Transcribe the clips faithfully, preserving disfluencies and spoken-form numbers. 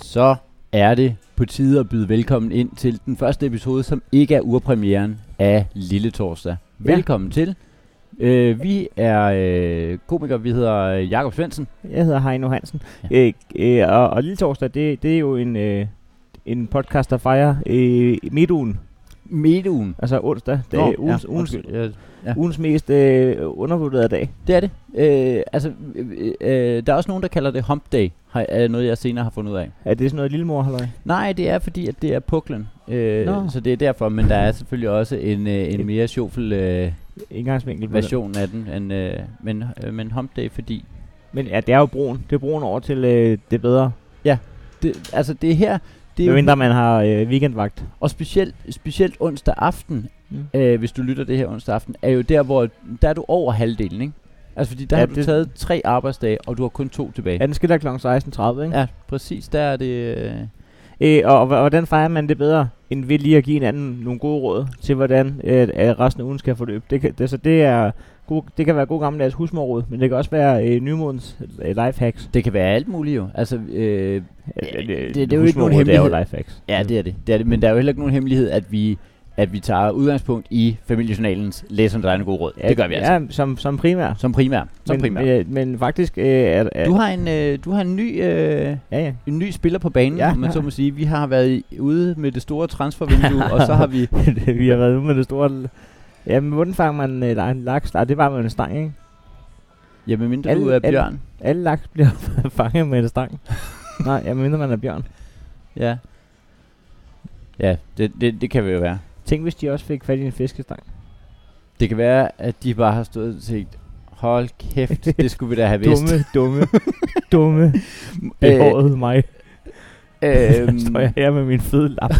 så er det på tide at byde velkommen ind til den første episode, som ikke er urpremieren af Lille Torsdag. Ja. Velkommen til. Uh, vi er øh, komikere, vi hedder Jakob Svendsen. Jeg hedder Heino Hansen. Ja. Øh, øh, og, og Lille Torsdag, det, det er jo en, øh, en podcast, der fejrer øh, midtugen. Midtugen. Altså onsdag. Det er Nå, ugens, ja, ugens, undskyld, ja, ja. ugens mest øh, undervurderede dag. Det er det. Øh, altså, øh, øh, der er også nogen, der kalder det Hump Day. Har, er noget, jeg senere har fundet ud af. Er det sådan noget lillemor, halløj? Nej, det er fordi, at det er puklen. Øh, Nå. så det er derfor, men der er selvfølgelig også en, øh, en mere sjovfuld øh, Indgangsvinkel. version af den. En, øh, men, øh, men Hump Day, fordi... Men ja, det er jo broen. Det er broen over til øh, det bedre. Ja, det, altså det er her... Det er Det mindre man har øh, weekendvagt. Og specielt, specielt onsdag aften, Mm. øh, hvis du lytter det her onsdag aften, er jo der, hvor der er du over halvdelen, ikke? Altså fordi der Ja, har du det- taget tre arbejdsdage, og du har kun to tilbage. Ja, den skal der klokken seksten tredive, ikke? Ja, præcis. Der er det... Øh, Øh, og, og hvordan fejrer man det bedre, end ved lige at give hinanden nogle gode råd til, hvordan øh, øh, resten af ugen skal forløbe. Det kan, det, så det, er god, det kan være god gammeldags husmorråd, men det kan også være øh, nymodens øh, lifehacks. det kan være alt muligt jo. Altså, øh, Øh, det, det er jo ikke nogen husmorråd, det er hemmelighed. jo lifehacks. Ja, det er det. det er det. Men der er jo heller ikke nogen hemmelighed, at vi, at vi tager udgangspunkt i Familiejournalens læserne dig en god råd. Ja, Det gør vi altså. Ja, som, som primær. Som primær. Som men, primær. øh, men faktisk øh, er, er Du har en, øh, du har en ny... Øh, ja, ja. en ny spiller på banen, Ja, om man ja. så må sige. Vi har været i, ude med det store transfervindue, og så har vi... vi har været ude med det store... Ja, men hvordan fanger man øh, en laks? Nej, det var med en stang, ikke? Ja, medmindre Alle- du er alle- bjørn. Alle laks bliver fanget med en stang. Nej, ja, mindre man er bjørn. Ja. Ja, det, det, det kan vi jo være. Tænk, hvis de også fik fat i en fiskestang. Det kan være, at de bare har stået og tænkt, hold kæft, det skulle vi da have vidst. Dumme, dumme, dumme, behåret mig. Øhm, Står jeg her med min fede lap.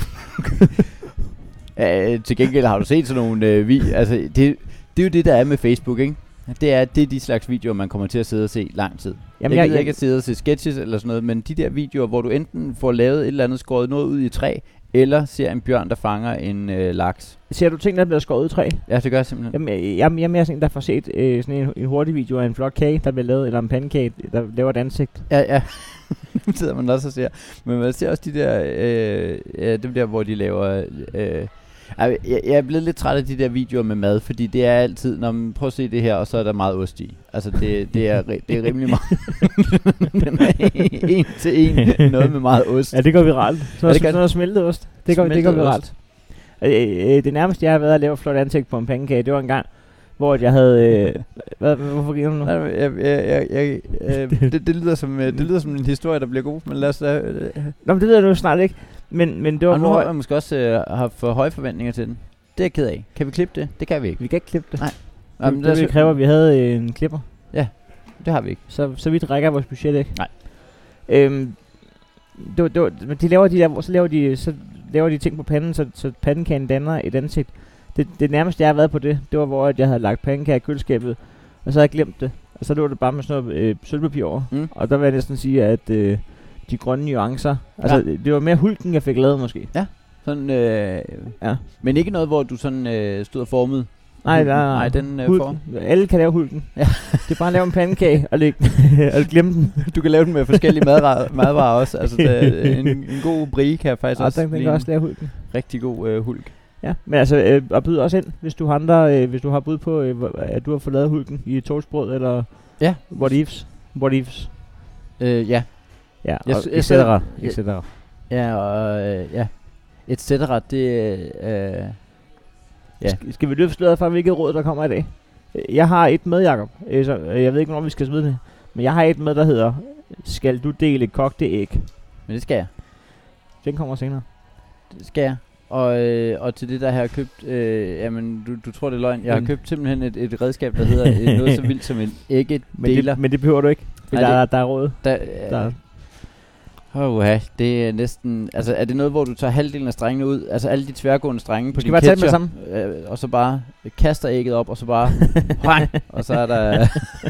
øh, til gengæld har du set sådan nogle øh, vi, altså det, det er jo det, der er med Facebook, ikke? Det er, det er de slags videoer, man kommer til at sidde og se lang tid. Jamen, jeg, jeg gider ikke at sidde og se sketches eller sådan noget, men de der videoer, hvor du enten får lavet et eller andet, skåret noget ud i træ, eller ser en bjørn, der fanger en øh, laks. Ser du ting, der bliver skåret ud i træ? Ja, det gør jeg simpelthen. Jamen, jeg, jeg, jeg er mere sådan en, der får set øh, sådan en, en hurtig video af en flot kage, der bliver lavet, eller en pandekage, der laver et ansigt. Ja, ja. Det sidder man også og ser. Men man ser også de der, øh, ja, dem der, hvor de laver... Øh, jeg, jeg er blevet lidt træt af de der videoer med mad, fordi det er altid, når man prøver at se det her, og så er der meget ost i. Altså, det, det, er, det er rimelig meget. Den er en til en, noget med meget ost. Ja, det går viralt. Sådan Ja, noget, det gør sådan noget smeltet ost. Det går, det går Smeltet viralt. Øh, øh, det nærmeste, jeg har været at lave et flot ansigt på en pandekage, det var en gang, hvor jeg havde... Øh, hvad, hvorfor griner du nu? Jeg, jeg, jeg, jeg, øh, det, det, lyder som, øh, det lyder som en historie, der bliver god, men lad os da... Øh, Nå, men det ved jeg nu snart ikke. Men, men det var og nu hvor... har jeg måske også øh, haft for høje forventninger til den. Det er jeg ked af. Kan vi klippe det? Det kan vi ikke. Vi kan ikke klippe det. Nej. Det, Jamen, det ville kræve, at vi havde øh, en klipper. Det har vi ikke. Så, så vidt rækker vores budget ikke. Nej. Øhm, det, var- det, var- men de laver de der, så laver de, så laver de ting på panden, så, så pandekagen danner et ansigt. Det, det nærmeste, jeg har været på det, det var, hvor at jeg havde lagt pandekage i køleskabet, og så havde jeg glemt det. Og så lå det bare med sådan noget øh, sølvpapir over. Mm. Og der vil jeg næsten sige, at øh, de grønne nuancer, altså Ja. det var mere hulken, jeg fik lavet måske. Sådan, øh, Ja. men ikke noget, hvor du sådan øh, stod og formede. Nej, hulken. der, Nej, den øh, hulken. form. Alle kan lave hulken. Ja. Det er bare at lave en pandekage og, lægge, og glemme den. Du kan lave den med forskellige madvarer, madvarer også. Altså, der, en, en god brie kan faktisk Og også den, den blive kan en også lave hulken. rigtig god øh, hulk. Ja, men altså, øh, og byd også ind, hvis du har andre, øh, hvis du har bud på, øh, hvor- at du har fået lavet hulken i et toastbrød, eller Ja. what ifs, what ifs, Øh, ja. ja, Jeg og s- et jeg cetera, selv- et cetera. Ja, og øh, ja. Et cetera, det... Øh, ja. Sk- Skal vi løfte sløret fra, hvilket råd, der kommer i dag? Øh, Jeg har et med, Jacob. Øh, så, øh, jeg ved ikke, hvornår vi skal smide det, men jeg har et med, der hedder, skal du dele kogte æg? Men det skal jeg. Den kommer senere. Det skal jeg. Og, øh, og til det der har jeg købt, øh, jamen du, du tror det er løgn, jeg har Mm. købt simpelthen et, et redskab, der hedder øh, noget så vildt som en æggedeler. Men det, men det behøver du ikke, for Nej, der, det- der er råd. Der, Der er, øh, Åh, ja, det er næsten... Altså, er det noget, hvor du tager halvdelen af strengene ud? Altså, alle de tværgående strenge på skal din bare tage det med ketchup, øh, og så bare kaster ægget op, og så bare... Hang, og så er der...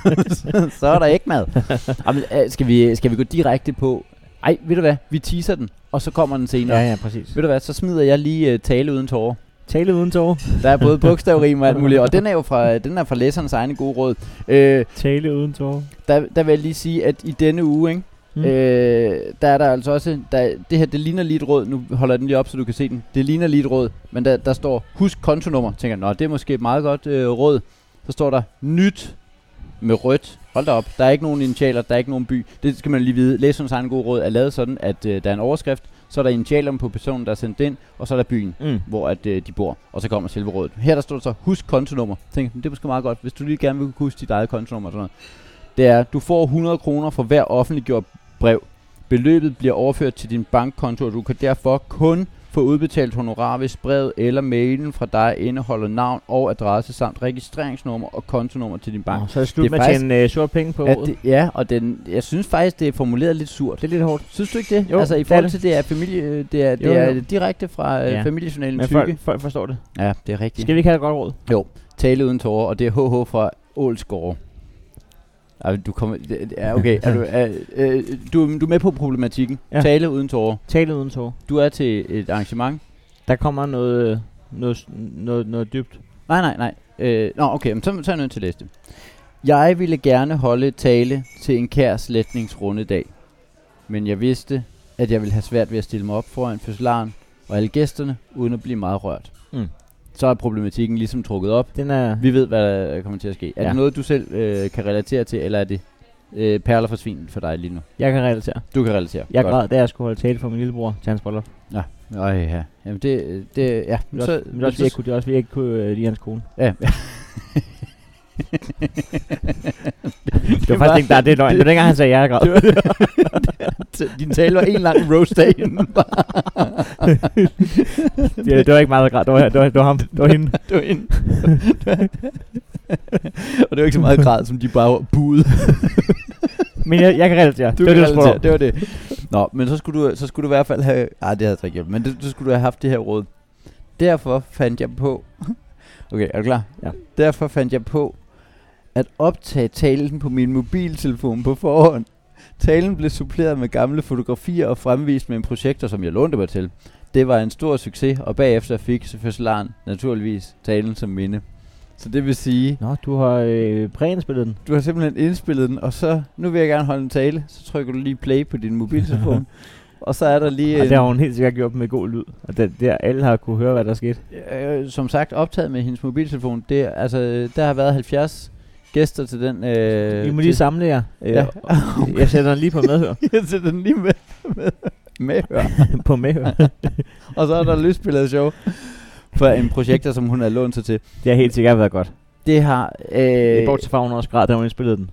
så er der ægmad. Jamen, øh, skal, vi, skal vi gå direkte på... Ej, ved du hvad? Vi teaser den, og så kommer den senere. ja, ja, præcis. Ved du hvad? Så smider jeg lige uh, tale uden tårer. Tale uden tårer. Der er både bogstavrim og alt muligt, og den er jo fra, den er fra læsernes egne gode råd. Øh, Tale uden tårer. der, der vil jeg lige sige, at i denne uge, ikke, Mm. Øh, der er der altså også, der, det her, det ligner lige et råd, nu holder jeg den lige op, så du kan se den. Det ligner lige et råd, men der, der står, husk kontonummer. Tænker jeg, nå, det er måske et meget godt øh, råd. Så står der, nyt med rødt. Hold da op, der er ikke nogen initialer, der er ikke nogen by. Det skal man lige vide. Læserens egen gode råd er lavet sådan, at øh, der er en overskrift, så er der initialerne på personen, der er sendt ind, og så er der byen, mm. hvor at, øh, de bor, og så kommer selve rådet. Her der står der så, husk kontonummer. Tænker, det er måske meget godt, hvis du lige gerne vil huske dit eget kontonummer og sådan noget. Det er, du får hundrede kroner for hver offentliggjort brev. Beløbet bliver overført til din bankkonto, og du kan derfor kun få udbetalt honorar, hvis brevet eller mailen fra dig indeholder navn og adresse samt registreringsnummer og kontonummer til din bank. Oh, så er det slut med at tjene uh, sort penge på rådet. Ja, og den, jeg synes faktisk, det er formuleret lidt surt. Det er lidt hårdt. Synes du ikke det? Jo, altså i forhold til, det er familie, det er, det jo, er jo. direkte fra ja. familiejournalen. Men folk, folk forstår det. Ja, det er rigtigt. Skal vi ikke have et godt råd? Jo, tale uden tårer, og det er H H fra Ålsgård. Ja, du kommer, ja, okay, er du, er, øh, du, du er med på problematikken. Ja. Tale uden tårer. Tale uden tårer. Du er til et arrangement. Der kommer noget, noget, noget, noget dybt. Nej, nej, nej. Øh, nå, okay, men så, så er jeg nødt til at læse det. Jeg ville gerne holde et tale til en kær slætningsrundedag, men jeg vidste, at jeg ville have svært ved at stille mig op foran fødselaren og alle gæsterne, uden at blive meget rørt. Mm. Så er problematikken ligesom trukket op. Den er Vi ved, hvad der kommer til at ske. Er ja. det noget, du selv øh, kan relatere til, eller er det øh, perler for svin for dig lige nu? Jeg kan relatere. Du kan relatere. Jeg græd, da jeg skulle holde tale for min lillebror til hans bryllup. Ja. Øj, ja. Jamen det, det, ja. Men så, også, også, jeg kunne, det også, vi ikke kunne uh, lide hans kone. Ja. det var faktisk ikke der, det er løgn. Det var dengang, han sagde, jeg græd. Din tale var en lang roast dag inden. det, det var ikke meget græd, det var, det var, det var ham. Det var hende. Det var hende. Og det var ikke så meget græd, som de bare buede. Men jeg, jeg kan relatere. Du det, kan det, relatere. Det var det. Nå, men så skulle du, så skulle du i hvert fald have... Ej, det havde jeg ikke hjulpet. Men det, så skulle du have haft det her råd. Derfor fandt jeg på... Okay, er du klar? Ja. Derfor fandt jeg på at optage talen på min mobiltelefon på forhånd. Talen blev suppleret med gamle fotografier og fremvist med en projektor, som jeg lånte mig til. Det var en stor succes, og bagefter fik fødselaren naturligvis talen som minde. Så det vil sige... Nå, du har øh, præindspillet den. Du har simpelthen indspillet den, og så... Nu vil jeg gerne holde en tale. Så trykker du lige play på din mobiltelefon. Og så er der lige... Og det har hun helt sikkert gjort med god lyd. Og det, der alle har kunne høre, hvad der skete. Øh, som sagt, optaget med hendes mobiltelefon. Det er, altså, der har været halvfjerds gæster til den... Øh, I må lige samle jer. Øh, ja. Jeg sætter den lige på medhør. Jeg sætter den lige med, med medhør. på medhør. Og så er der lydspillet show for en projekter, som hun har lånt sig til. Det har helt sikkert været godt. Det har... Øh, Bortset fra hun også græd, da hun indspillede den.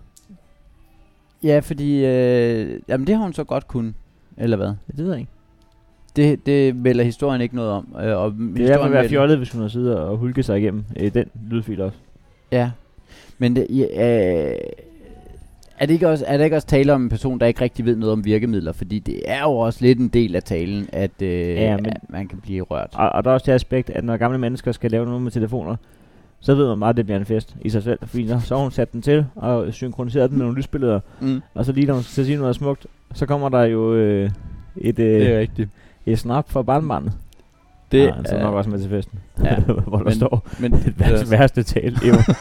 Ja, fordi... Øh, jamen, det har hun så godt kunnet. Eller hvad? Det ved jeg ikke. Det, det melder historien ikke noget om. Øh, og det er derfor være fjollet, hvis hun har siddet og hulket sig igennem øh, den lydfil også. Ja. Men det, ja, øh, er, det ikke også, er det ikke også tale om en person, der ikke rigtig ved noget om virkemidler? Fordi det er jo også lidt en del af talen, at, øh, ja, men, at man kan blive rørt. Og, og der er også det aspekt, at når gamle mennesker skal lave noget med telefoner, så ved man meget, at det bliver en fest i sig selv. Fordi så har hun sat den til og synkroniseret den med nogle lysbilleder. Mm. Og så lige når hun skal sige noget smukt, så kommer der jo øh, et, øh, det er rigtigt. et snap fra barnbarnet. Det ja, så nok også med til festen. Ja. Hvor der men, står men, det værste, værste tale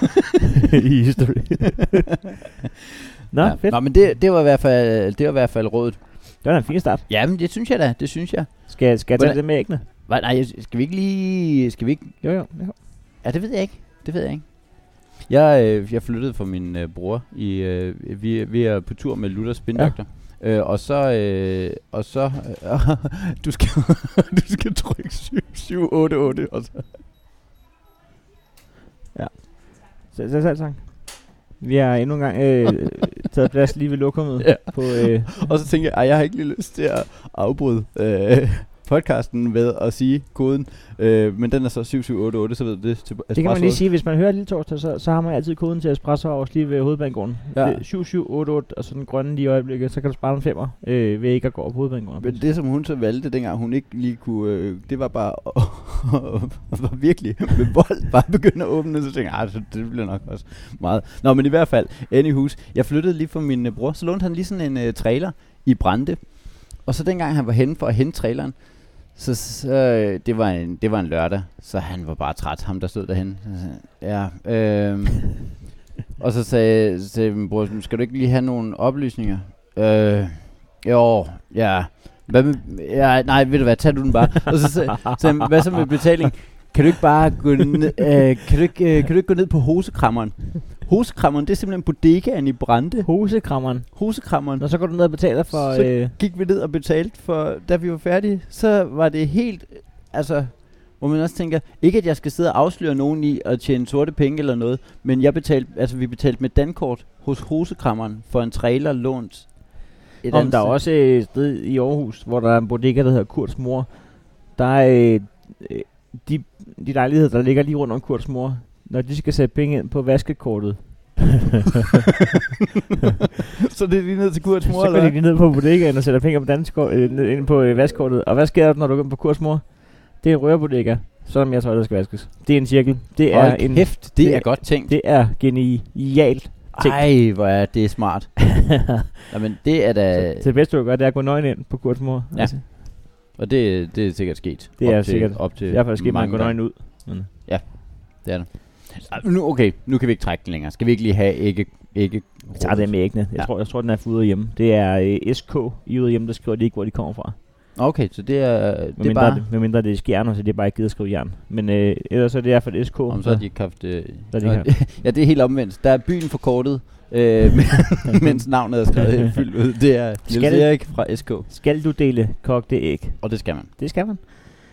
i history. Nå, ja. fedt. Nå, men det, det var i hvert fald det var i hvert fald rådet. Det var en fin start. Ja, men det synes jeg da. Det synes jeg. Skal, skal jeg tage det med æggene? Hva, nej, skal vi ikke lige... Skal vi ikke... Jo, jo. jo. Ja, det ved jeg ikke. Det ved jeg ikke. Jeg, øh, jeg flyttede fra min øh, bror. I, øh, vi, vi er på tur med Luthers Spindoktor. Ja. Øh, og så... Øh, og så øh, du, skal, du skal trykke syv otte otte. Og så. Ja. Så, så, så, så. Vi har endnu en gang øh, taget plads lige ved lokummet. Ja. På, øh. Og så tænker jeg, at jeg har ikke lige lyst til at afbryde øh, podcasten ved at sige koden. Øh, men den er så syv syv otte otte, så ved du det til Det kan man lige sige, hvis man hører Lille Torsdag, så, så har man altid koden til Espresso House lige ved Hovedbanegården. Ja. syv syv otte otte, og så den grønne lige i øjeblikket, så kan du spare en femmer øh, ved ikke at gå op på Hovedbanegården. Men det, som hun så valgte, dengang hun ikke lige kunne, øh, det var bare var virkelig med vold, bare begynde at åbne, så tænkte jeg, det bliver nok også meget. Nå, men i hvert fald, anyhus, jeg flyttede lige fra min uh, bror, så lånte han lige sådan en uh, trailer i Brande, og så dengang han var henne for at hente traileren, Så, så det var en det var en lørdag, så han var bare træt, ham der stod derhen. Ja, øh, og så sagde, sagde min bror, skal du ikke lige have nogle oplysninger? Øh, Jo, ja. Hvad med, ja, nej, ved du hvad, tag du den bare. Og så, så, så hvad så med betaling? Kan du ikke bare gå ned, øh, kan du ikke, øh, kan du ikke gå ned på Hosekrammeren? Hosekrammeren, det er simpelthen bodegaen i Brande. Hosekrammeren. Hosekrammeren. Og så går du ned og betaler for... Så øh, gik vi ned og betalte for, da vi var færdige, så var det helt, altså, hvor man også tænker, ikke at jeg skal sidde og afsløre nogen i at tjene sorte penge eller noget, men jeg betalte, altså vi betalte med dankort hos Hosekrammeren for en trailer lånt. Om der er også et sted i Aarhus, hvor der er en bodega, der hedder Kurts Mor. Der er øh, de, de lejligheder, der ligger lige rundt om Kurts Mor, når de skal sætte penge ind på vaskekortet. Så det er lige ned til Kurts Mor, så går de lige ned på bodegaen og sætter penge på danskort, øh, ind på øh, vaskekortet. Og hvad sker der, når du går ind på Kurts Mor? Det er en rørbodega, som jeg tror, der skal vaskes. Det er en cirkel. Det er Hold en kæft, det, det er godt tænkt. Det er genialt. Ej, hvor er det smart. Jamen, det er da... Så det bedste, du kan gøre, det er at gå nøgen ind på Kurts Mor. Ja. Altså. Og det, det er sikkert sket. Det er op til, sikkert. Op til det er faktisk sket, man går nøgen ud. Men. Ja, det er det. Nu, okay, nu kan vi ikke trække den længere. Skal vi ikke lige have ikke... ikke vi tager det med æggene. Jeg, ja. tror, jeg tror, den er for ude hjemme. Det er uh, S K i ude hjemme, der skriver de ikke, hvor de kommer fra. Okay, så det er, det med er bare... Med mindre det er skjerner, så det er bare ikke givet at skrive jern. Men øh, ellers er det i hvert fald S K. Om så har de ikke haft... Øh, der de ja, det er helt omvendt. Der er byen forkortet, øh, mens navnet er skrevet helt fyldt ud. Det er Niels Erik fra S K. Skal du dele kogte æg? Og det skal man. Det skal man.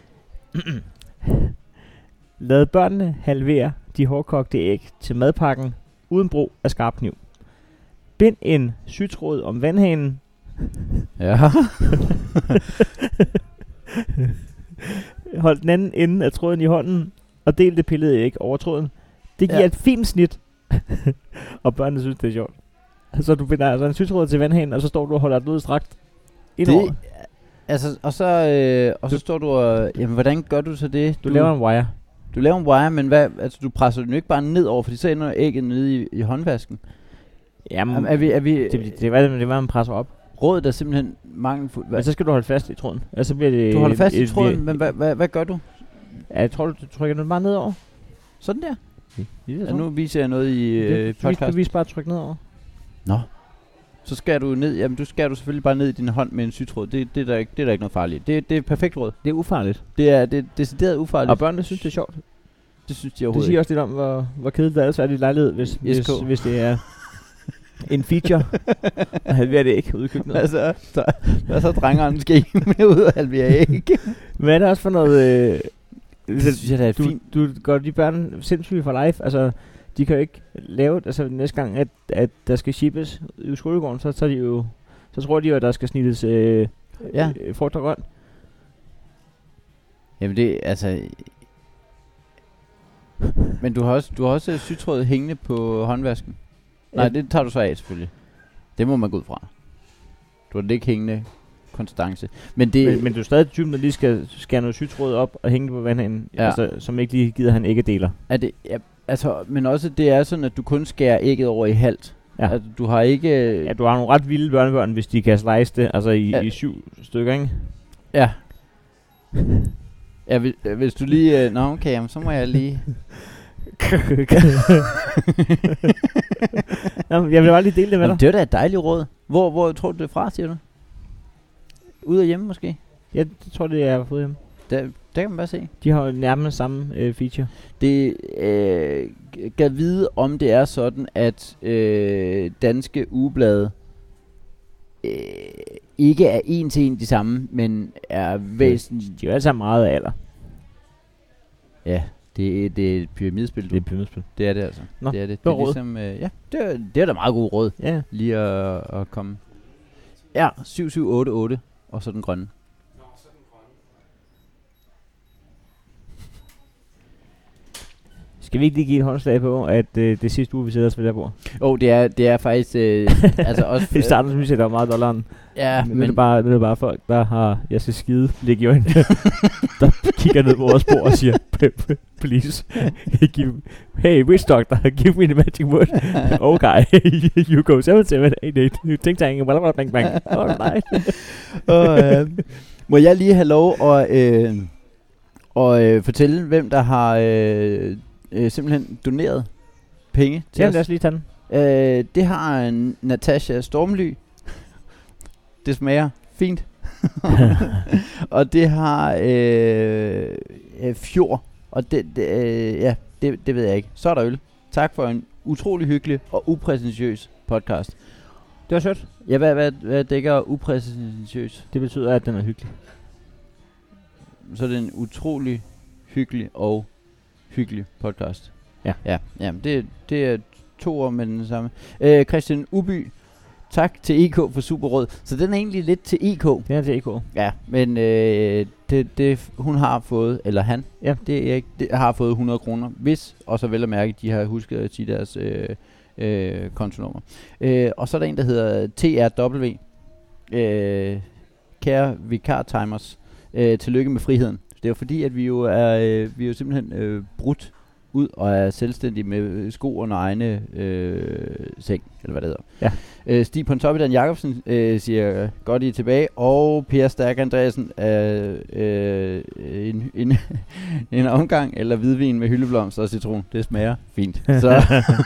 Lad børnene halvere de hårdkogte æg til madpakken uden brug af skarp kniv. Bind en sytråd om vandhanen. Ja. Hold den anden ende af tråden i hånden og del det pillede æg over tråden. Det giver ja. et fint snit. Og børnene synes det er sjovt. Så du binder altså en sytråd til vandhanen, og så står du og holder den ud strakt indover. Det, altså, og så, øh, og så står du og... Jamen, hvordan gør du så det? Du, du laver en wire. Du laver en wire, men hvad, altså, du presser den jo ikke bare ned over, fordi så ender ægget nede i, i håndvasken. Jamen, Jamen, er vi, er vi, det, det, det, er, det er, man presser op. Rådet er simpelthen mangelfuldt. Men så skal du holde fast i tråden. Altså bliver det du holder fast et, i tråden, et, men hvad, hvad, hvad gør du? Ja, jeg tror, du trykker den bare nedover. Sådan der? Ja, ja, nu viser jeg noget i øh, podcast. Du viser bare at trykke nedover. Nå. Så skal du ned, jamen du skal du selvfølgelig bare ned i din hånd med en sytråd. Det, det, er der ikke, det er der ikke noget farligt. Det, det er perfekt råd. Det er ufarligt. Det er det, decideret ufarligt. Og børnene synes, det er sjovt. Det synes de overhovedet Det siger også lidt om, hvor, hvor kedeligt det er, så er det i lejlighed, hvis, hvis, hvis det er en feature. Og halvere det ikke ude i køkkenet. Altså, så, hvad så drengeren skal med ud og halvere ikke. Hvad er det også for noget... Øh, det synes jeg, det er du, fint. Du gør de børn sindssygt for life. Altså, de kan jo ikke lave... Altså, næste gang, at, at der skal shippes i skolegården, så, så, de jo, så tror de jo, at der skal snittes øh, ja. øh, frugt og grønt. Jamen det, altså... Men du har også, du har også sytråd hængende på håndvasken. Ja. Nej, det tager du så af selvfølgelig. Det må man gå ud fra. Du har det ikke hængende konstance. Men, det men, men du er stadig typen, der lige skal skære noget sytråd op og hænge det på vandhanen, ja. Altså, som ikke lige gider han ikke deler. Er det, ja, altså, men også det er sådan, at du kun skærer ægget over i halvt. Ja. Altså, du har ikke... Ja, du har nogle ret vilde børnebørn, hvis de kan slice det, altså i, ja. i syv stykker, ikke? Ja. Ja, hvis, hvis du lige... Øh, nå, okay, jamen, så må jeg lige... Jamen, jeg vil bare lige dele det med dig. Det er da et dejligt råd. Hvor, hvor tror du det er fra, siger du? Ude af hjemme måske? Ja, det tror det er fra hjemme. Der, der kan man bare se. De har jo nærmest samme øh, feature. Det øh, kan vide, om det er sådan, at øh, danske ugeblade øh, ikke er en til en de samme, men er væsentligt... De er jo alle sammen meget af alder. Ja, det, det er et pyramidespil. Det er et pyramidespil. Det er det altså. Nå, det er det. Det er ligesom, øh, ja, det er, det er da meget god råd. Ja. Lige at, at komme. Ja, syv syv otte otte og så den grønne. Skal vi ikke lige give et håndslag på, at øh, det sidste uge, vi sidder og spiller på? Åh, oh, det er det er faktisk øh, altså også. I starten synes jeg, der var meget dollaren. Ja, men, men det er bare det er bare folk, der har jeg skal skide ligge i øjnene, der kigger ned på vores bord og siger, please, give, hey, witch doctor, give me the magic word. Okay, you go seven seven eight eight. Ting tang, blah bang bang. Alright. Og øh, må jeg lige have lov at øh, og øh, fortælle, hvem der har øh, øh, simpelthen doneret penge til ja, os? Lad os lige tage den. Øh, det har en Natasha Stormly. det smager fint. Og det har øh, øh, fjord, og det, det, øh, ja, det, det ved jeg ikke. Så er der øl. Tak for en utrolig hyggelig og upræsentiøs podcast. Det var sødt. Ja, hvad, hvad, hvad dækker upræsentiøs? Det betyder, at den er hyggelig. Så er det en utrolig hyggelig og hyggelig podcast. Ja. Ja, ja det, det er to ord med den samme. Øh, Christian Uby, tak til E K for Superråd. Så den er egentlig lidt til E K. Den er til E K. Ja, men øh, det, det hun har fået, eller han, ja. det er ikke, det har fået hundrede kroner, hvis, og så vel at mærke, de har husket at sige deres øh, øh, kontonummer. Øh, og så er der en, der hedder T R W. Øh, kære vikartimers, øh, tillykke med friheden. Det er jo fordi, at vi jo er, øh, vi er jo simpelthen øh, brudt ud og er selvstændige med sko under egne øh, seng, eller hvad det hedder. Ja. Øh, Stig Pontoppidan Jacobsen øh, siger, godt I er tilbage, og Per Stærk Andreasen, øh, øh, en, en, en omgang eller hvidvin med hyldeblomster og citron, det smager fint. Så,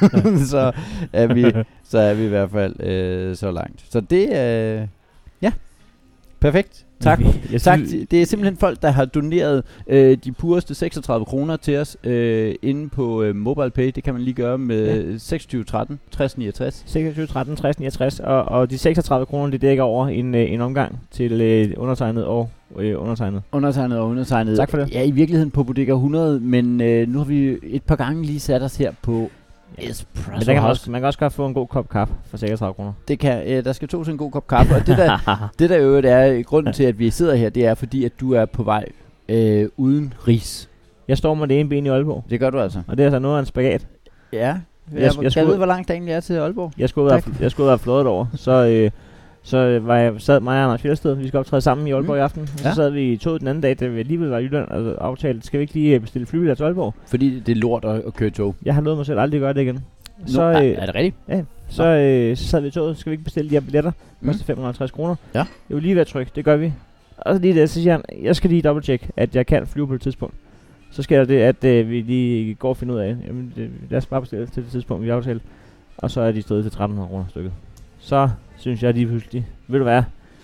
så, er vi, så er vi i hvert fald øh, så langt. Så det er, øh, ja, perfekt. Tak. tak. Det er simpelthen folk, der har doneret øh, de pureste seksogtredive kroner til os øh, inde på øh, MobilePay. Det kan man lige gøre med ja. seksogtyve tretten tres niogtres. seksogtyve tretten tres niogtres, og, og de seksogtredive kroner, det dækker over en, øh, en omgang til øh, undertegnet og øh, undertegnet. Undertegnet og undertegnet. Tak for det. Ja, i virkeligheden på Bodega hundrede, men øh, nu har vi et par gange lige sat os her på Espresso. Men der kan man, også, man kan også godt få en god kop kaffe for seksogtredive kroner. Det kan, øh, der skal to til en god kop kaffe, og det der, det der jo er grunden til, at vi sidder her, det er fordi, at du er på vej øh, uden ris. Jeg står med det ene ben i Aalborg. Det gør du altså. Og det er altså noget af en spagat. Ja. Jeg, jeg, jeg, jeg skulle ved, hvor langt der egentlig er til Aalborg. Jeg skulle være, jeg skulle være flået over. Så, øh, så var jeg, sad mig og Anders Fjeldsted, vi skal optræde sammen i Aalborg mm. i aften. Og ja. Så sad vi i toget den anden dag, da vi alligevel var i Jylland og aftalte, skal vi ikke lige bestille flybilletter til Aalborg? Fordi det er lort at, at køre tog. Jeg har lovet mig selv aldrig at gøre det igen. Så, Nå, øh, er det rigtigt? Ja, så, øh, så sad vi i toget, skal vi ikke bestille de her billetter? Det koster mm. fem hundrede og halvtreds kroner. Ja. Det er jo lige ved at trykke, det gør vi. Og så lige det, så siger han, jeg skal lige dobbelttjekke, at jeg kan flyve på et tidspunkt. Så sker der det, at øh, vi lige går og finder ud af, jamen det, lad os bare bestille til det tidspunkt, vi aftalt. Og så er de stedet til tretten hundrede kroner stykket. Så synes jeg lige pludselig, ved du hvad,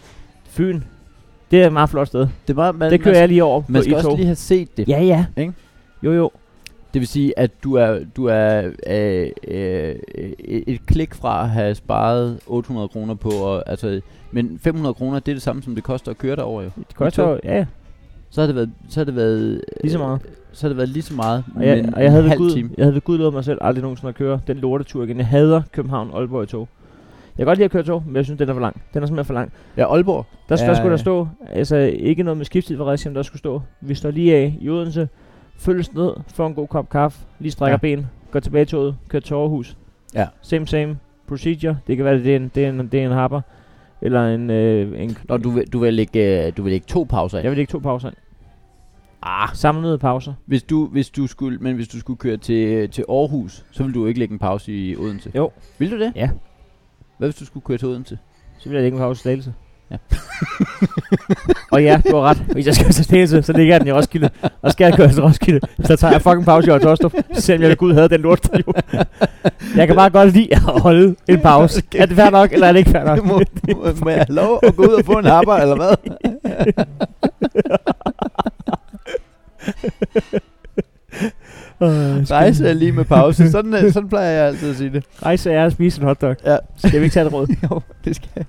Fyn, det er et meget flot sted. Det, bare, man, det kører man, jeg lige over. Man skal også lige have set det. Ja, ja. Ikke? Jo, jo. Det vil sige, at du er, du er øh, øh, et klik fra at have sparet otte hundrede kroner på, og, altså, men fem hundrede kroner, det er det samme, som det koster at køre derover jo. Det koster, ja. Så har det været, så har det været lige så meget. Øh, så har det været lige så meget, og jeg, men og jeg havde ved Gud, jeg havde ved Gud lovet mig selv aldrig nogensinde at køre den lortetur igen. Jeg hader København Aalborg i tog. Jeg kan godt lide at køre tog, men jeg synes den er for lang. Den er simpelthen for lang. Ja, Aalborg. Der, ja, der skulle der stå, altså ikke noget med skiftid for rejsen, der skulle stå. Vi står lige af i Odense. Følges ned, får en god kop kaffe, lige strækker ja. ben, går tilbage i toget, kører til Aarhus. Ja. Same, same procedure. Det kan være, det er en, det er en, det er en harper. Eller en... Øh, en Nå, du vil, du vil lægge, du vil lægge to pauser ind? Jeg vil lægge to pauser ind. Ah. Samlede pauser. Hvis du, hvis du skulle, men hvis du skulle køre til, til Aarhus, så vil du ikke lægge en pause i Odense? Jo. Vil du det? Ja. Hvad hvis du skulle køre til Odense? Så vil jeg lægge en pause i Slagelse. Ja. Og ja, du har ret. Hvis jeg skal til Slagelse, så ligger den i Roskilde. Og skal jeg køre til Roskilde, så tager jeg fucking pause i Høje-Taastrup, selvom jeg ved Gud havde den lort. Jeg kan bare godt lide at holde en pause. Er det fair nok, eller er det ikke fair nok? Må, må, må jeg have lov at gå ud og få en harper, eller hvad? Rejse er lige med pause. Sådan, sådan plejer jeg altid at sige det. Rejse er at spise en hotdog. Ja. Skal vi ikke tage et råd? Jo, det skal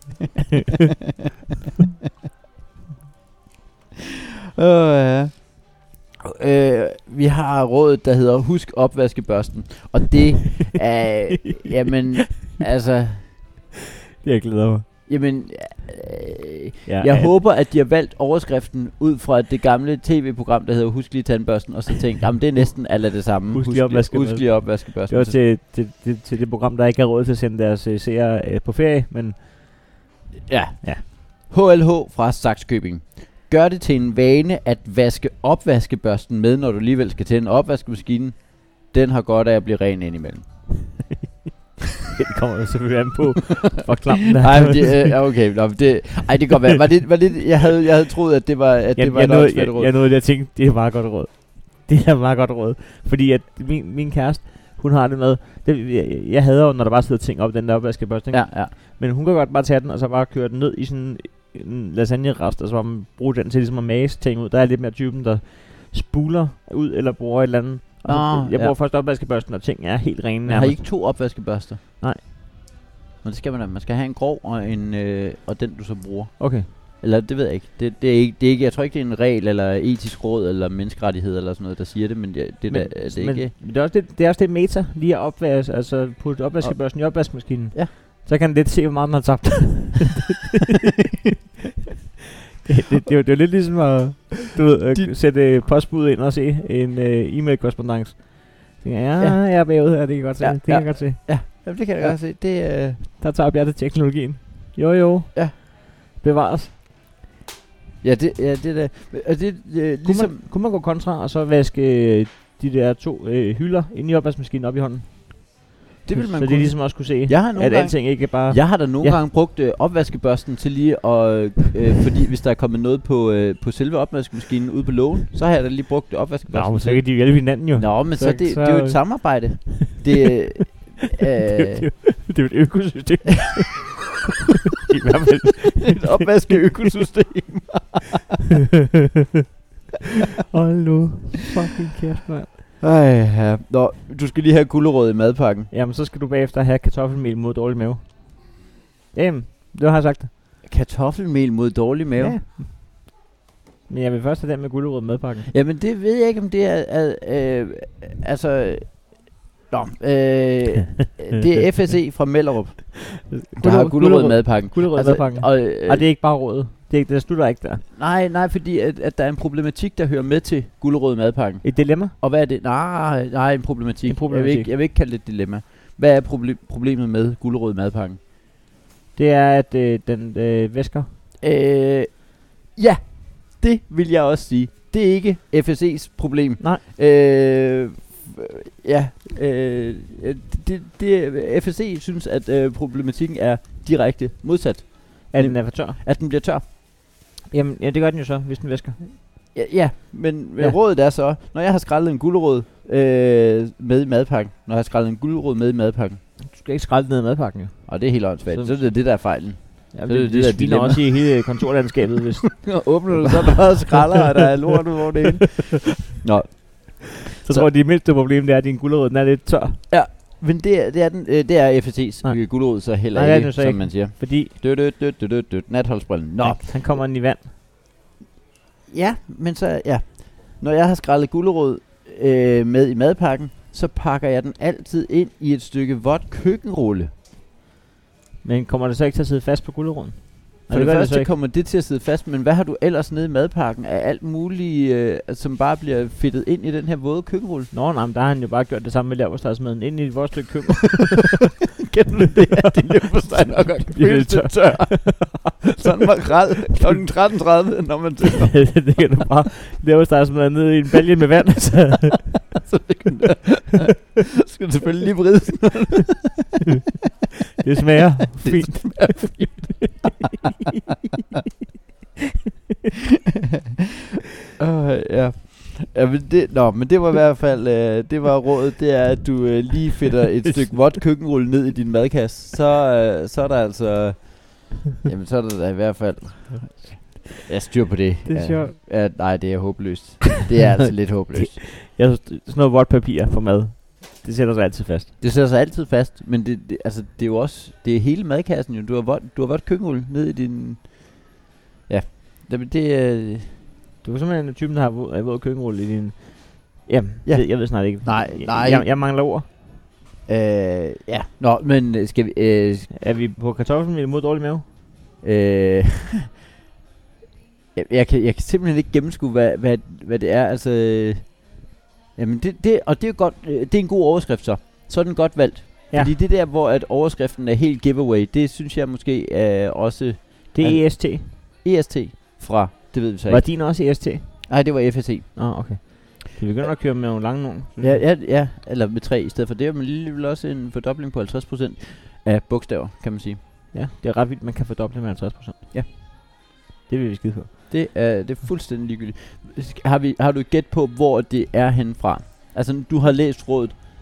Åh oh, ja. Øh, vi har rådet, der hedder husk opvaskebørsten. Og det er, jamen, altså... Det jeg glæder mig. Jamen, øh, ja, jeg ja. håber, at de har valgt overskriften ud fra det gamle tv-program, der hedder Husk lige tandbørsten, og så tænkt, jamen det er næsten alle det samme. Husk lige opvaskebørsten. Husk lige opvaskebørsten. Det var til, til, til, til det program, der ikke har råd til at sende deres uh, seere uh, på ferie, men... Ja. ja. H L H fra Sakskøbing. Gør det til en vane at vaske opvaskebørsten med, når du alligevel skal tænde opvaskemaskinen. Den har godt af at blive ren indimellem. Det kommer jo selvfølgelig an på for klampen der. Nej, men det, øh, okay, nå, det, ej, det kan godt være. Var det, var det, jeg havde, jeg havde troet, at det var, at jeg, det var jeg et nåede, jeg, råd. jeg nåede, jeg tænkte, det er meget godt råd. Det er meget godt råd, fordi at min min kæreste, hun har det med. Det, jeg, jeg hader jo, når der bare sidder ting op i den der opvaskebørste, ikke? Ja, ja. Men hun kan godt bare tage den, og så bare køre den ned i sådan en lasagne-rest, og så bare bruge den til ligesom at mase ting ud. Der er lidt mere typen, der spuler ud, eller bruger et eller andet. Og Ah, jeg bruger ja. først opvaskebørsten, og ting er helt rene. Men har I ikke to opvaskebørster? Nej. Men det skal man da. Man skal have en grov og en øh, og den du så bruger. Okay. Eller det ved jeg ikke. Det, det er ikke. Det er ikke. Jeg tror ikke det er en regel eller etisk råd eller menneskerettighed eller sådan noget der siger det, men det, det, Men, der, er det men, ikke. men det er også det, det er også det meta lige at opvaske, altså putte opvaskebørsten i opvaskemaskinen. Ja. Så kan den lidt se, hvor meget den har tabt. det, det, det, det, er jo, det er jo lidt ligesom at du ved, at De- sætte postbud ind og se en uh, e-mail-korrespondance. Ja, ja, Ja. jeg er bagud her, det kan jeg godt se. Ja, det kan ja. jeg godt se. Jamen, det kan jeg Ja. godt se. Det øh, Der tager jeg til teknologien. Jo, jo. Ja. Bevares. ja, det ja, det der. Og det øh, Kunne, ligesom man, kunne man gå kontra og så vaske øh, de der to øh, hylder inde i opvaskemaskinen op i hånden? det vil man så kunne. de ligesom også kunne se, Jeg har nogle at gange alting ikke er bare... Jeg har da nogle Ja. gange brugt øh, opvaskebørsten til lige at, øh, fordi hvis der er kommet noget på, øh, på selve opvaskemaskinen ude på lågen, så har jeg da lige brugt Nå, opvaskebørsten men så til. kan de jo hjælpe hinanden jo. Nå, men så, Så- så det, så- det er jo et samarbejde. Det, øh, det, er jo- det, er øh, jo- det er jo et økosystem. I hvert fald. et opvaskeøkosystem. Hold nu. Fucking kæft, mand. Ej, ja. Nå, du skal lige have gulerod i madpakken. Jamen, så skal du bagefter have kartoffelmel mod dårlig mave. Jamen, det har jeg sagt. Kartoffelmel mod dårlig mave. Ja. Men jeg vil først have den med gulerod i madpakken. Jamen, det ved jeg ikke, om det er... er øh, altså... Nå, øh, det er F S E fra Mellerup, der har gulerod i madpakken. Gulerod i madpakken. Og, øh, Og det er ikke bare rådet. Det, er ikke, det slutter ikke der. nej, nej, fordi at, at der er en problematik, der hører med til gulerod i madpakken. Et dilemma? Og hvad er det? Nej, nej, en problematik. En problematik. Jeg, vil ikke, jeg vil ikke kalde det et dilemma. Hvad er proble- problemet med gulerod i madpakken? Det er, at øh, den øh, væsker. Øh, ja, det vil jeg også sige. Det er ikke F S E's problem. Nej. Øh, ja, øh, det, det, F S E synes, at øh, problematikken er direkte modsat. At den er for tør. At den bliver tør. Jamen, ja, det gør den jo så, hvis den væsker. Ja, ja men, men Ja. rådet er så, når jeg har skrællet en gulerod øh, med i madpakken, når jeg har skrællet en gulerod med i madpakken, Du skal ikke skrælle ned i madpakken, jo. og det er helt åndssvagt, Så- så, så det er det, der er fejlen. Ja, Så det, er det, det det, der det dilemma. også i hele kontorlandskabet, hvis... Åbner du så bare skralder, og der er lort ud over det hele. Nå, Så, Så- tror jeg, det mindste problem, det er, at din gulerod, den er lidt tør. men det, er- det er, den, øh, det er F S E's Nej. øh, gulerod så heller Nej, det er ikke, den så som ikke. man siger. Fordi Død, død, død, død, død, død, natholdsbrillen. Nå, han, han kommer ind i vand. ja, men så, ja. Når jeg har skrællet gulerod øh, med i madpakken, så pakker jeg den altid ind i et stykke vådt køkkenrulle. Men kommer det så ikke til at sidde fast på guleroden? For det, det første kommer det til at sidde fast, men hvad har du ellers nede i madpakken af alt muligt, øh, som bare bliver fedtet ind i den her våde køkkenrulle? Nå, nej, men der har han jo bare gjort det samme med leverpostejsmaden ind i vores stykke køkken. Kender du det? At din leverpostej nok er Bliver lidt tør. tør. Sådan makrel klokken tretten tredive, når man tænker. Det kan du bare leverpostejsmaden ned i en balje med vand. Så. Så det kan du, skal du selvfølgelig lige vride sådan noget. Det smager Det fint. smager fint. uh, ja. Ja, men det, nå, men det var i hvert fald, øh, det var rådet, det er, at du øh, lige fedter et stykke vådt køkkenrulle ned i din madkasse, så, øh, så er der altså, jamen så er der da i hvert fald, jeg styr på det. Det er ja, sjovt. ja, nej, det er håbløst. Det er altså lidt håbløst. Jeg synes, det- sådan noget vådt papir for mad, det sætter sig altid fast. Det sætter sig altid fast, men det, det, altså, det er jo også, det er hele madkassen jo, du har vådt, du har vådt køkkenrulle ned i din, ja, det, det er, Du er simpelthen typen, der har våd, våd køkkenrulle i din... Jamen, Ja. ja. jeg ved snart ikke. Nej, Jeg- nej. Jeg, jeg mangler ord. øh, ja, nå, men øh, skal vi, øh, Er vi på kartoffelmel mod dårlig mave? Øh, jeg, jeg, kan, jeg kan simpelthen ikke gennemskue, hvad, hvad, hvad det er. Altså, øh, jamen det, det, og det er, godt, øh, det er en god overskrift så. Så er den godt valgt. Ja. Fordi det der, hvor at overskriften er helt giveaway, det synes jeg måske er også Det er Ja. E S T. E S T fra, det ved vi så Var ikke. din også E S T? Nej, det var F S E. Nå, oh, okay. Vi begynder at køre med nogle lange nogen. Ja, ja, ja, eller med tre i stedet for det, er men alligevel også en fordobling på halvtreds procent af bogstaver, kan man sige. Ja, det er ret vildt, man kan fordoble med halvtreds procent. Ja. Det vil vi skide på. Det er, det er fuldstændig ligegyldigt. Sk- Har, vi, har du et gæt på, hvor det er henfra? Altså, du har læst rådet.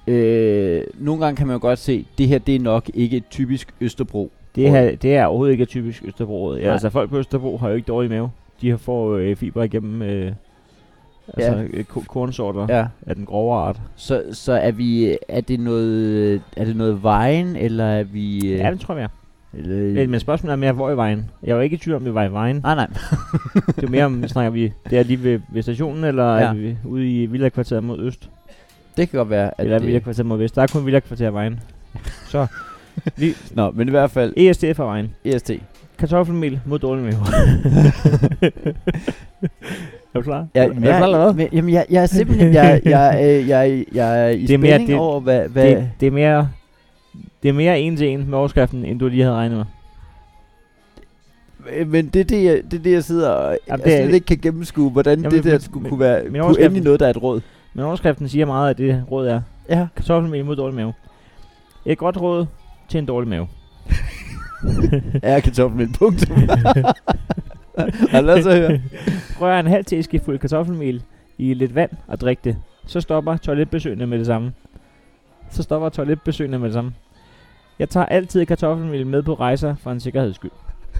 øh, nogle gange kan man jo godt se, det her det er nok ikke et typisk Østerbro. Det, her, det er overhovedet ikke typisk Østerbro. Ja, Nej. altså folk på Østerbro har jo ikke dårlig mave. De har får øh, fiber igennem øh, altså, Ja. øh, ko- kornsorter Ja. af den grove art. Så, så er vi, er det noget, er det noget vejen, eller er vi... Øh, Ja, det tror jeg. eller, Men, men spørgsmålet er mere, hvor i vejen? Jeg er jo ikke i tvivl om, vi var i vejen. nej, nej. Det er jo mere om, snakker vi, det er lige ved, ved stationen, eller Ja. er vi ude i villakvarteret mod øst? Det kan godt være, at Eller det... villakvarteret mod vest. Der er kun villakvarter af vejen. Så, vi, Nå, men i hvert fald E S T fra vejen. E S T. Kartoffelmel mod dårlig mave. Er du klar? Ja, er du klar, eller hvad? men, jamen, jeg, jeg er simpelthen... Jeg, jeg, jeg, jeg, jeg er i Det er mere spænding det- over, hvad... hvad Det, det, er mere, det er mere en til en med overskriften, end du lige havde regnet med. Øh, Men det er det, jeg, det, er det, jeg sidder og Jamen, jeg det er- slet ikke kan gennemskue, hvordan Jamen, det der men- skulle men- kunne være men kunne overskriften- endelig noget, der er et råd. Men overskriften siger meget, at det råd er Ja. kartoffelmel mod dårlig mave. Et godt råd til en dårlig mave. Er kartoffelmel, punktum. Ja, lad os så høre. Rør en halv teskefuld kartoffelmel i lidt vand og drik det. Så stopper toiletbesøgende med det samme. Så stopper toiletbesøgende med det samme. Jeg tager altid kartoffelmel med på rejser for en sikkerheds skyld.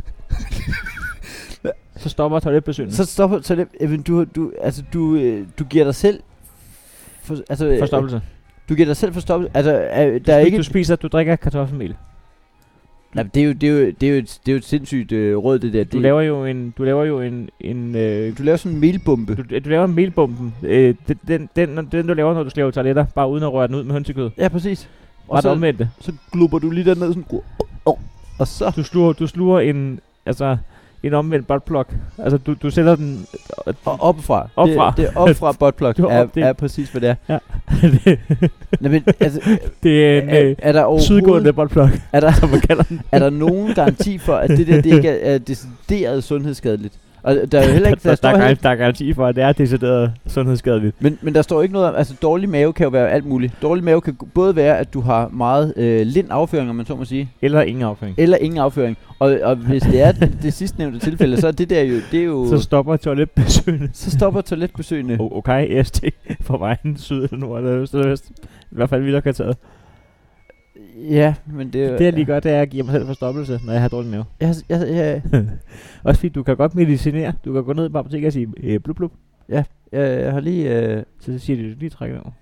Så stopper toiletbesøgende. Så stopper så det, jamen, du, du, altså, du, øh, du giver dig selv for, altså, øh, Forstoppelse. Du giver dig selv forstoppelse. Altså, øh, der Du, er spi- ikke... du spiser, du drikker kartoffelmel. Nej, det er jo, det er jo, det er jo, et, det er jo et sindssygt øh, råd, det der. Du det, laver jo en, du laver jo en, en øh, du laver sådan en melbombe. du, du laver en melbomben. Øh, den, den, den, den, du laver, når du slaver toiletter, bare uden at røre den ud med hønsekød. Ja, præcis. Og Og så så, omvendt. så glupper du lige derned sådan... Oh, oh, og så... Du sluger, du sluger en, altså, en omvendt buttplug. Altså, du, du sætter den... Og opfra. Opfra. Det, det er opfra buttplug. Du er er, op- det- er præcis, hvad det er. Ja. Nej, men, altså, det er en er, øh, er der overhovedet... sydgående buttplug, Er der, som man kalder den. er der nogen garanti for, at det der det ikke er, er decideret sundhedsskadeligt? Og der er jo heller ikke... der, Der, står der, heller, er, der er garanti for, at det er decideret sundhedsskadeligt. men, men der står ikke noget om... Altså, dårlig mave kan jo være alt muligt. Dårlig mave kan g- både være, at du har meget øh, lind afføring, om man så må sige, Eller ingen afføring. eller ingen afføring. Og, og hvis det er det, det sidstnævnte tilfælde, så er det der jo... Det er jo Så stopper toiletbesøgende. så stopper toiletbesøgende. O- okay, E S T for vejen, syd eller nord eller øst eller vest. I hvert fald vildkvarteret. Ja, men det er jo... Det jeg lige gør, det er at give mig selv forstoppelse, når jeg har dårlig mave. Jeg, jeg, jeg, Også fordi du kan godt medicinere. Du kan gå ned på apoteket og sige øh, blub blub. jeg, jeg har lige... Øh, Så siger de, lige træk det over.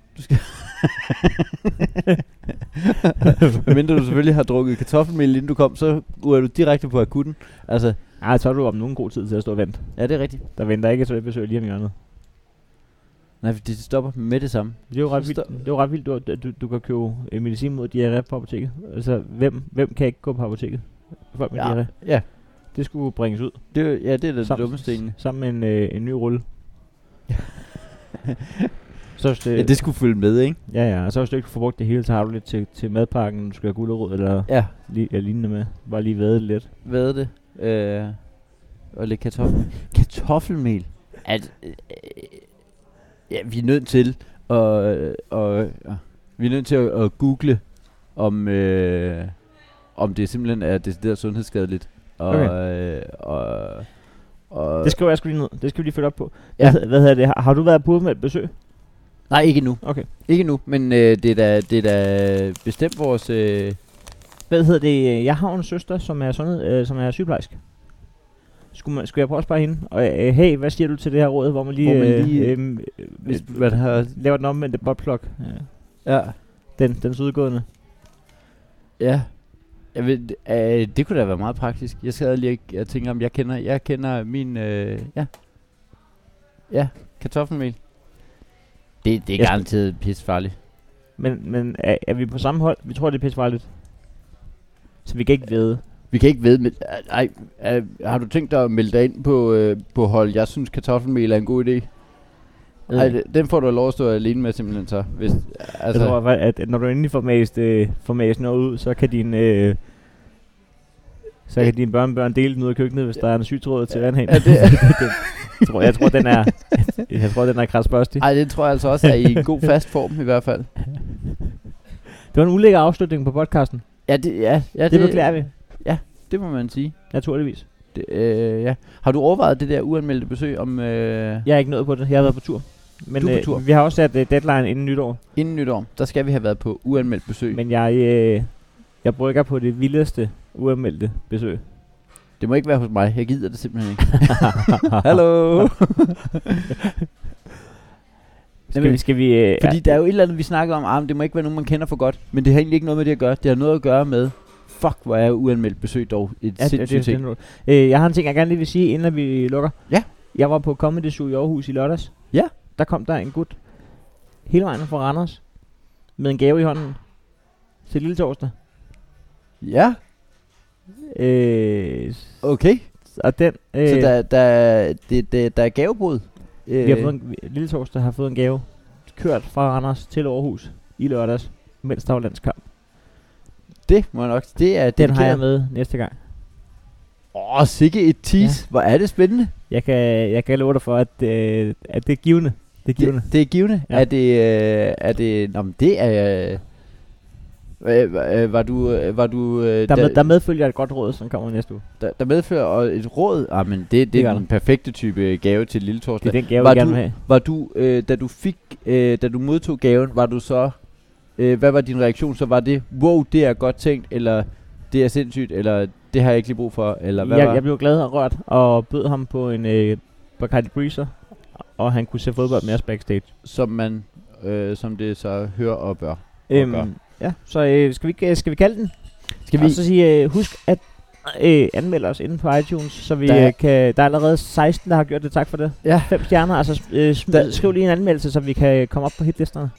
medmindre du selvfølgelig har drukket kartoffelmel, inden du kom, så går du direkte på akutten. Altså, Ej, så har du om nogen god tid til at stå og vente. ja, det er rigtigt. Der venter ikke et besøg lige om hjørnet. Nej, for det stopper med det samme. Det er jo ret Så vildt, står- det er jo ret vildt du, du, du kan købe øh, medicin mod diarré på apoteket. Altså, hvem, hvem kan ikke gå på apoteket? Folk med Ja, diarré. ja. Det skulle bringes ud. Det, er jo- ja, det er det Sam- dummeste egentlig. Sammen med en, øh, en ny rulle. Så hvis det, Ja, det skulle følge med, ikke? ja, ja, og så hvis du ikke får brugt det hele, så har du lidt til, til madpakken, du skal have gulerod eller Ja, li, ja, lignende med. Bare lige vade lidt. hvad er det? Øh, og lidt kartoffel. Kartoffelmel. At, øh, ja, vi er nødt til at, øh, og, ja, vi er nødt til at, at google, om, øh, om det simpelthen er decideret sundhedsskadeligt. Og, Okay. øh, og, og Det skriver jeg sgu lige ned. Det skal vi lige følge op på. Ja. Hvad, hvad hedder det? Har, har du været på med et besøg? Nej, ikke endnu. Okay. Ikke nu, men øh, det, er da, det er da bestemt vores... Øh, Hvad hedder det? Jeg har en søster, som er, sundhed, øh, som er sygeplejerske. Skulle, man, skulle jeg prøve at spørge hende? Og øh, hey, hvad siger du til det her råd, hvor man lige, Hvor man lige, øh, øh, hvis øh, man har... laver den omvendte buttplug? Ja. Ja, Den, den sydgående. ja. Jeg ved, øh, det kunne da være meget praktisk. Jeg sad lige og jeg tænker, om jeg kender, jeg kender min... Øh, ja. Ja, kartoffelmel. Det, det er Jeg skal- garanteret pissefarligt. Men, men er, er vi på samme hold? Vi tror, det er pissefarligt. Så vi kan ikke vide. Vi kan ikke ved med... Ej, øh, har du tænkt dig at melde dig ind på, øh, på hold? Jeg synes, kartoffelmel er en god idé. Ej, det, den får du lov at stå alene med simpelthen så. Hvis, altså, Jeg tror, at, at når du endelig får mast, øh, får mast noget ud, så kan din... Øh, så kan dine børnebørn dele den ud af køkkenet, hvis der er en sygtråd til vandhanen. Ja, det- jeg, tror, jeg tror, den er... Jeg tror, den er kradsbørstig. ej, det tror jeg altså også er i god fast form i hvert fald. Det var en ulækker afslutning på podcasten. Ja, det, ja, ja, Det, det, det beklager vi, det må man sige. naturligvis. Det, øh, ja. Har du overvejet det der uanmeldte besøg om... Øh, Jeg er ikke nået på det. Jeg har været på tur. Men Du er på tur. øh, vi har også sat uh, deadline inden nytår. Inden nytår, der skal vi have været på uanmeldt besøg. Men jeg, øh, jeg brygger på det vildeste uanmeldte besøg. Det må ikke være hos mig. Jeg gider det simpelthen ikke. Hallo. Skal vi, skal vi, øh, Fordi ja. der er jo et eller andet, vi snakker om, ah, det må ikke være nogen, man kender for godt. Men det har egentlig ikke noget med det at gøre. Det har noget at gøre med, fuck, hvor er uanmeldt besøg dog et Ja, sindssygt det, det, ting. det, øh, jeg har en ting, jeg gerne lige vil sige, inden vi lukker. Ja. Jeg var på Comedy Zoo i Aarhus i lørdags. Ja. Der kom der en gut hele vejen fra Randers med en gave i hånden til lille torsdag. Ja, Øh, okay. og den... Øh, Så der, der, det, det, der er gavebrud. vi har fået en, lille torsdag har fået en gave kørt fra Randers til Aarhus i lørdags, mens der var landskamp. Det må nok. Det er Den har jeg dedikeret. med næste gang. Åh, oh, sikke et tease. Ja. Hvor er det spændende. Jeg kan, jeg kan love dig for, at, øh, at det er givende. Det er givende. Det, det er givende. Ja. Er det... Øh, er det... Nå, men det er... Øh, øh, øh, var du... Øh, var du øh, Der, med, der medfølger et godt råd, som kommer næste uge. der, der medfører og et råd. Ah, men det, det, Det er gør den der. perfekte type gave til lille Det torsdag. er den gave, Var jeg gerne du- vil have. Var du, øh, da du fik, øh, da du modtog gaven, var du så, øh, hvad var din reaktion? Så var det, wow, det er godt tænkt, eller det er sindssygt, eller det har jeg ikke lige brug for, eller hvad Jeg, var? jeg blev glad og rørt, og bød ham på en øh, Bacardi Breezer, og han kunne se fodbold med os backstage. Som man, øh, som det så hører og bør. gør. Øhm, ja, så øh, skal, vi, ikke- skal vi kalde den? Skal Og så sige, øh, husk at øh, anmelde os inde på iTunes, så vi Der er- øh, kan... Der er allerede seksten, der har gjort det. Tak for det. Ja. Fem stjerner, altså øh, sm- Der- skriv lige en anmeldelse, så vi kan komme op på hitlisterne.